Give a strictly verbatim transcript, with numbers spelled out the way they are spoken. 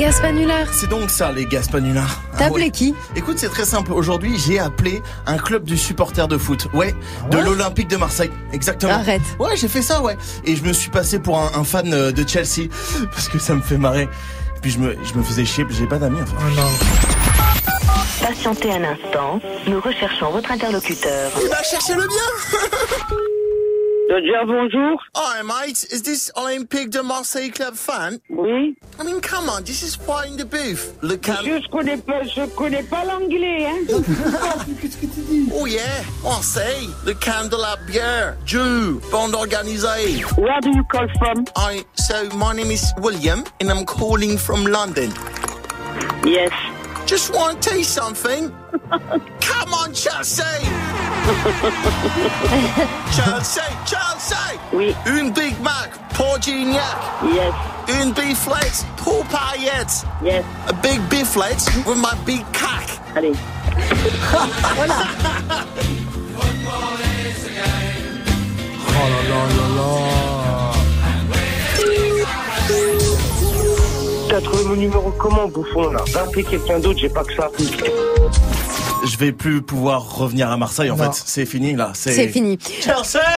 Gaspanular. C'est donc ça, les Gaspanulars. T'as Ah appelé ouais. qui? Écoute, c'est très simple. Aujourd'hui, j'ai appelé un club du supporter de foot. Ouais, de ouais l'Olympique de Marseille. Exactement. Arrête. Ouais, j'ai fait ça, ouais. Et je me suis passé pour un, un fan de Chelsea. Parce que ça me fait marrer. Puis je me, je me faisais chier, j'ai pas d'amis, enfin. Oh non. Patientez un instant, nous recherchons votre interlocuteur. Il va chercher le bien. Dodger, bonjour. Hi mate, is this Olympique de Marseille club fan? Oui. I mean, come on, this is fly in the booth. Le cam... Monsieur, je connais pas, je connais pas l'anglais, hein. Oh yeah, Marseille, le camp de la bière, Dieu, bande organisée. Where do you call from? I, so my name is William and I'm calling from London. Yes. Just want to tell you something. Come on, Chelsea. Chelsea, Chelsea. Oui. Une Big Mac pour Gignac. Yes. Une beeflette pour Paillettes. Yes. A big beeflette with my big cock. Allez. Oh là là là là. T'as trouvé mon numéro comment, bouffon, là? Va appeler quelqu'un d'autre, j'ai pas que ça. Je vais plus pouvoir revenir à Marseille, en Non. fait. C'est fini, là. C'est fini. Chelsea!